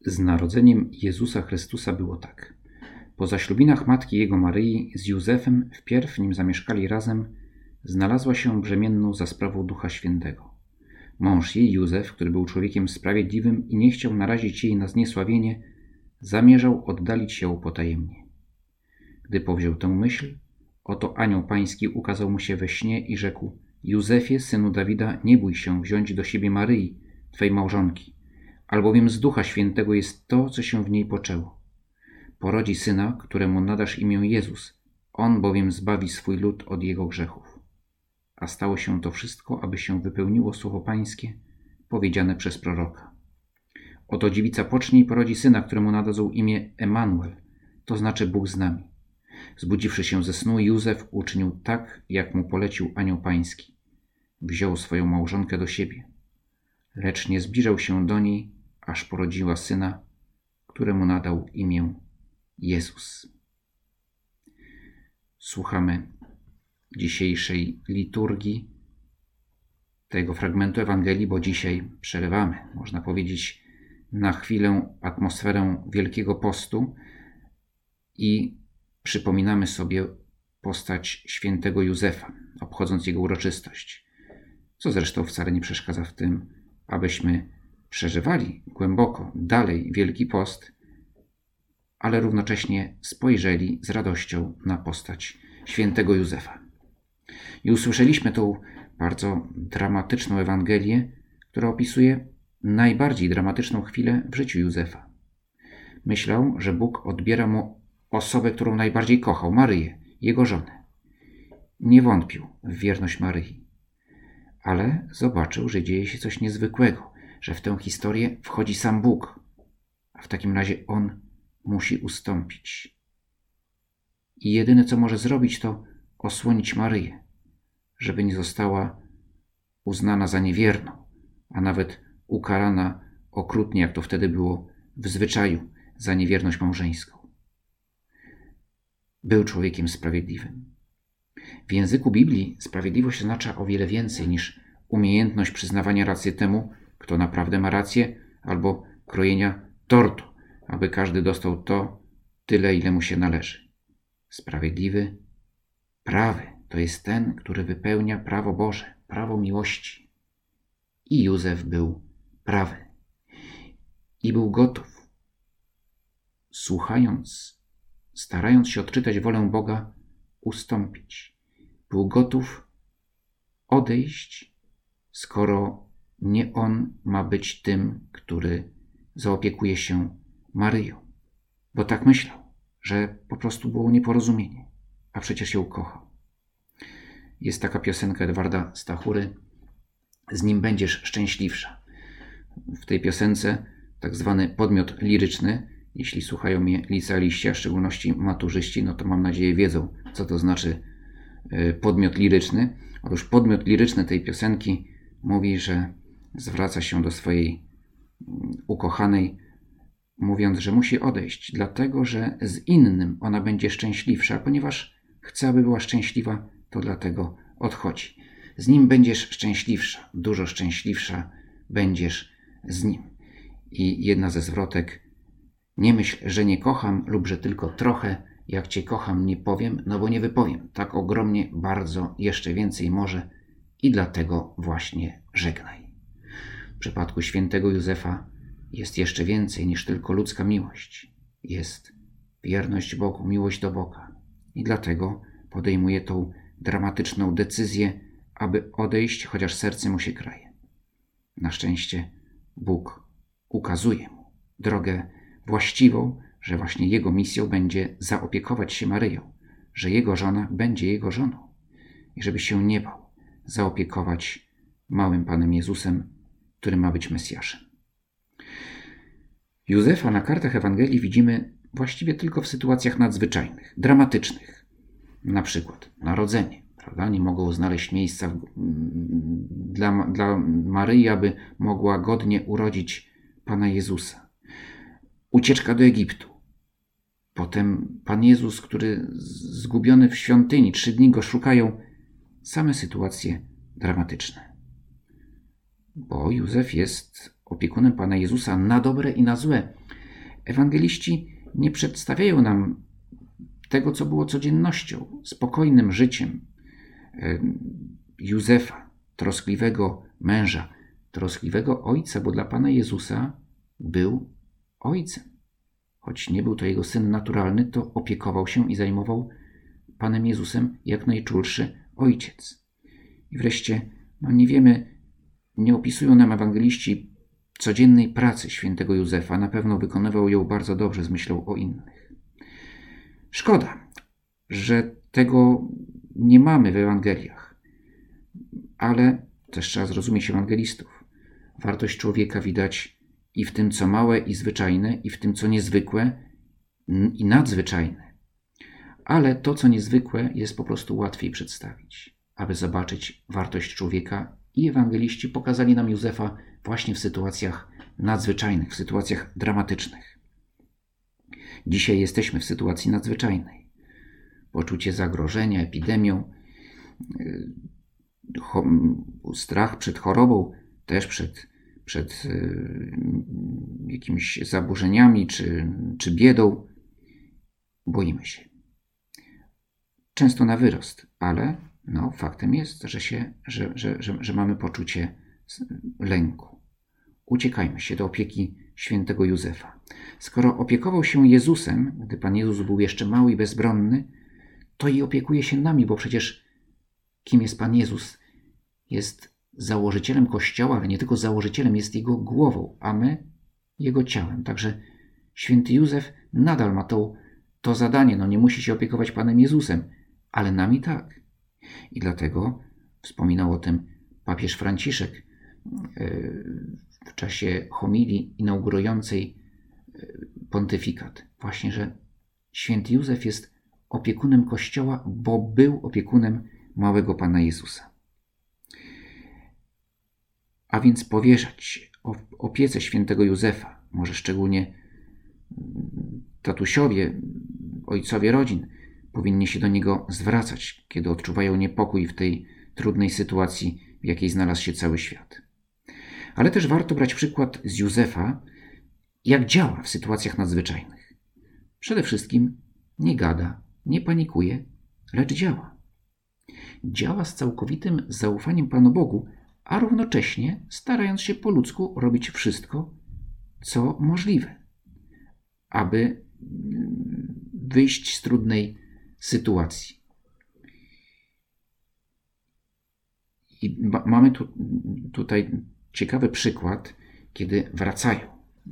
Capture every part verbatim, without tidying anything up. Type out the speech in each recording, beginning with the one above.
Z narodzeniem Jezusa Chrystusa było tak. Po zaślubinach matki jego Maryi z Józefem, wpierw nim zamieszkali razem, znalazła się brzemienną za sprawą Ducha Świętego. Mąż jej, Józef, który był człowiekiem sprawiedliwym i nie chciał narazić jej na zniesławienie, zamierzał oddalić się potajemnie. Gdy powziął tę myśl, oto anioł pański ukazał mu się we śnie i rzekł: Józefie, synu Dawida, nie bój się wziąć do siebie Maryi, twej małżonki, albowiem z Ducha Świętego jest to, co się w niej poczęło. Porodzi syna, któremu nadasz imię Jezus, on bowiem zbawi swój lud od jego grzechów. A stało się to wszystko, aby się wypełniło słowo pańskie, powiedziane przez proroka. Oto dziewica pocznie i porodzi syna, któremu nadadzą imię Emanuel, to znaczy Bóg z nami. Zbudziwszy się ze snu, Józef uczynił tak, jak mu polecił anioł pański. Wziął swoją małżonkę do siebie, lecz nie zbliżał się do niej, aż porodziła syna, któremu nadał imię Jezus. Słuchamy dzisiejszej liturgii tego fragmentu Ewangelii, bo dzisiaj przerywamy, można powiedzieć, na chwilę atmosferę Wielkiego Postu i przypominamy sobie postać świętego Józefa, obchodząc jego uroczystość, co zresztą wcale nie przeszkadza w tym, abyśmy przeżywali głęboko dalej Wielki Post, ale równocześnie spojrzeli z radością na postać świętego Józefa. I usłyszeliśmy tą bardzo dramatyczną Ewangelię, która opisuje najbardziej dramatyczną chwilę w życiu Józefa. Myślał, że Bóg odbiera mu osobę, którą najbardziej kochał, Maryję, jego żonę. Nie wątpił w wierność Maryi, ale zobaczył, że dzieje się coś niezwykłego, że w tę historię wchodzi sam Bóg, a w takim razie On musi ustąpić. I jedyne, co może zrobić, to osłonić Maryję, żeby nie została uznana za niewierną, a nawet ukarana okrutnie, jak to wtedy było w zwyczaju, za niewierność małżeńską. Był człowiekiem sprawiedliwym. W języku Biblii sprawiedliwość oznacza o wiele więcej niż umiejętność przyznawania racji temu, kto naprawdę ma rację, albo krojenia tortu, aby każdy dostał to tyle, ile mu się należy. Sprawiedliwy, prawy to jest ten, który wypełnia prawo Boże, prawo miłości. I Józef był prawy. I był gotów, słuchając, starając się odczytać wolę Boga, ustąpić. Był gotów odejść, skoro nie on ma być tym, który zaopiekuje się Maryją. Bo tak myślał, że po prostu było nieporozumienie, a przecież ją kochał. Jest taka piosenka Edwarda Stachury: z nim będziesz szczęśliwsza. W tej piosence tak zwany podmiot liryczny, jeśli słuchają mnie licealiści, a w szczególności maturzyści, no to mam nadzieję wiedzą, co to znaczy podmiot liryczny. Otóż podmiot liryczny tej piosenki mówi, że zwraca się do swojej ukochanej, mówiąc, że musi odejść, dlatego że z innym ona będzie szczęśliwsza, ponieważ chce, aby była szczęśliwa, to dlatego odchodzi. Z nim będziesz szczęśliwsza, dużo szczęśliwsza będziesz z nim. I jedna ze zwrotek: nie myśl, że nie kocham lub że tylko trochę, jak cię kocham nie powiem, no bo nie wypowiem. Tak ogromnie, bardzo, jeszcze więcej może i dlatego właśnie żegnaj. W przypadku świętego Józefa jest jeszcze więcej niż tylko ludzka miłość. Jest wierność Bogu, miłość do Boga. I dlatego podejmuje tą dramatyczną decyzję, aby odejść, chociaż serce mu się kraje. Na szczęście Bóg ukazuje mu drogę właściwą, że właśnie jego misją będzie zaopiekować się Maryją, że jego żona będzie jego żoną i żeby się nie bał zaopiekować małym Panem Jezusem, który ma być Mesjaszem. Józefa na kartach Ewangelii widzimy właściwie tylko w sytuacjach nadzwyczajnych, dramatycznych. Na przykład narodzenie. Prawda? Nie mogą znaleźć miejsca w, dla, dla Maryi, aby mogła godnie urodzić Pana Jezusa. Ucieczka do Egiptu. Potem Pan Jezus, który zgubiony w świątyni, trzy dni go szukają. Same sytuacje dramatyczne. Bo Józef jest opiekunem Pana Jezusa na dobre i na złe. Ewangeliści nie przedstawiają nam tego, co było codziennością, spokojnym życiem Józefa, troskliwego męża, troskliwego ojca, bo dla Pana Jezusa był ojcem. Choć nie był to jego syn naturalny, to opiekował się i zajmował Panem Jezusem jak najczulszy ojciec. I wreszcie, no nie wiemy, nie opisują nam ewangeliści codziennej pracy świętego Józefa. Na pewno wykonywał ją bardzo dobrze z myślą o innych. Szkoda, że tego nie mamy w Ewangeliach, ale też trzeba zrozumieć ewangelistów. Wartość człowieka widać i w tym, co małe i zwyczajne, i w tym, co niezwykłe i nadzwyczajne. Ale to, co niezwykłe, jest po prostu łatwiej przedstawić, aby zobaczyć wartość człowieka. I ewangeliści pokazali nam Józefa właśnie w sytuacjach nadzwyczajnych, w sytuacjach dramatycznych. Dzisiaj jesteśmy w sytuacji nadzwyczajnej. Poczucie zagrożenia epidemią, strach przed chorobą, też przed, przed jakimiś zaburzeniami czy, czy biedą. Boimy się. Często na wyrost, ale no, faktem jest, że, się, że, że, że, że mamy poczucie lęku. Uciekajmy się do opieki świętego Józefa. Skoro opiekował się Jezusem, gdy Pan Jezus był jeszcze mały i bezbronny, to i opiekuje się nami, bo przecież kim jest Pan Jezus? Jest założycielem Kościoła, ale nie tylko założycielem, jest Jego głową, a my Jego ciałem. Także święty Józef nadal ma to, to zadanie. No nie musi się opiekować Panem Jezusem, ale nami tak. I dlatego wspominał o tym papież Franciszek w czasie homilii inaugurującej pontyfikat. Właśnie, że święty Józef jest opiekunem Kościoła, bo był opiekunem małego Pana Jezusa. A więc powierzać opiece świętego Józefa, może szczególnie tatusiowie, ojcowie rodzin, powinni się do niego zwracać, kiedy odczuwają niepokój w tej trudnej sytuacji, w jakiej znalazł się cały świat. Ale też warto brać przykład z Józefa, jak działa w sytuacjach nadzwyczajnych. Przede wszystkim nie gada, nie panikuje, lecz działa. Działa z całkowitym zaufaniem Panu Bogu, a równocześnie starając się po ludzku robić wszystko, co możliwe, aby wyjść z trudnej sytuacji. I mamy tu, tutaj ciekawy przykład, kiedy wracają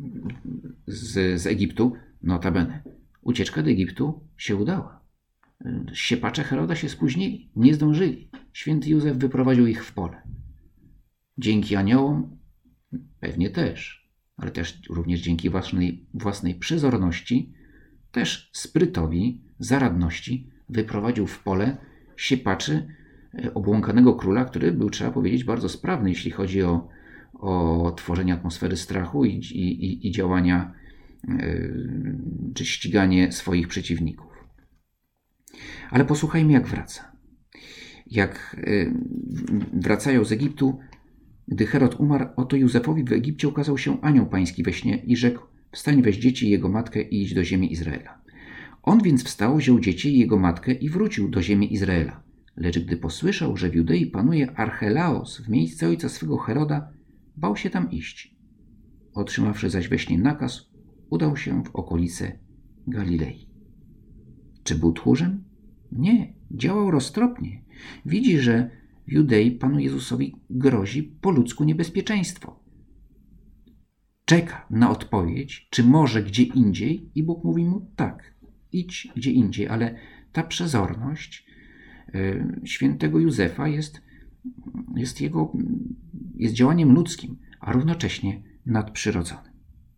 z, z Egiptu, notabene. Ucieczka do Egiptu się udała. Siepacze Heroda się spóźnili, nie zdążyli. Święty Józef wyprowadził ich w pole. Dzięki aniołom pewnie też, ale też również dzięki własnej, własnej przezorności, też sprytowi, zaradności wyprowadził w pole siepaczy obłąkanego króla, który był, trzeba powiedzieć, bardzo sprawny, jeśli chodzi o, o tworzenie atmosfery strachu i, i, i działania yy, czy ściganie swoich przeciwników. Ale posłuchajmy, jak wraca. Jak yy, wracają z Egiptu, gdy Herod umarł, oto Józefowi w Egipcie ukazał się anioł pański we śnie i rzekł: wstań, weź dzieci i jego matkę i idź do ziemi Izraela. On więc wstał, wziął dzieci i jego matkę i wrócił do ziemi Izraela. Lecz gdy posłyszał, że w Judei panuje Archelaos w miejsce ojca swego Heroda, bał się tam iść. Otrzymawszy zaś we śnie nakaz, udał się w okolice Galilei. Czy był tchórzem? Nie, działał roztropnie. Widzi, że w Judei Panu Jezusowi grozi po ludzku niebezpieczeństwo. Czeka na odpowiedź, czy może gdzie indziej, i Bóg mówi mu: tak, idź gdzie indziej, ale ta przezorność y, świętego Józefa jest, jest jego jest działaniem ludzkim, a równocześnie nadprzyrodzonym.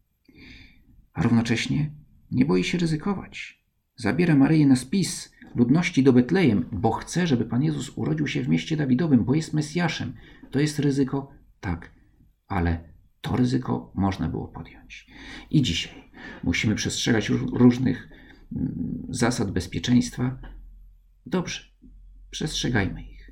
A równocześnie nie boi się ryzykować. Zabiera Maryję na spis ludności do Betlejem, bo chce, żeby Pan Jezus urodził się w mieście Dawidowym, bo jest Mesjaszem. To jest ryzyko, tak, ale to ryzyko można było podjąć. I dzisiaj musimy przestrzegać różnych zasad bezpieczeństwa. Dobrze, przestrzegajmy ich.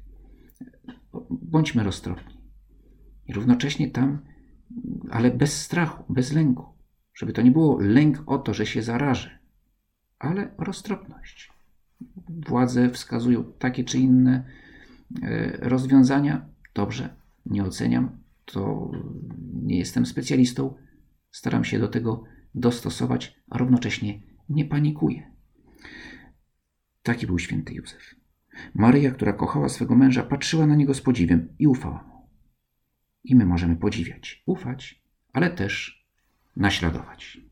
Bądźmy roztropni. I równocześnie tam, ale bez strachu, bez lęku, żeby to nie było lęk o to, że się zarażę, ale roztropność. Władze wskazują takie czy inne rozwiązania. Dobrze, nie oceniam, to nie jestem specjalistą. Staram się do tego dostosować, a równocześnie nie panikuję. Taki był święty Józef. Maryja, która kochała swego męża, patrzyła na niego z podziwem i ufała mu. I my możemy podziwiać, ufać, ale też naśladować.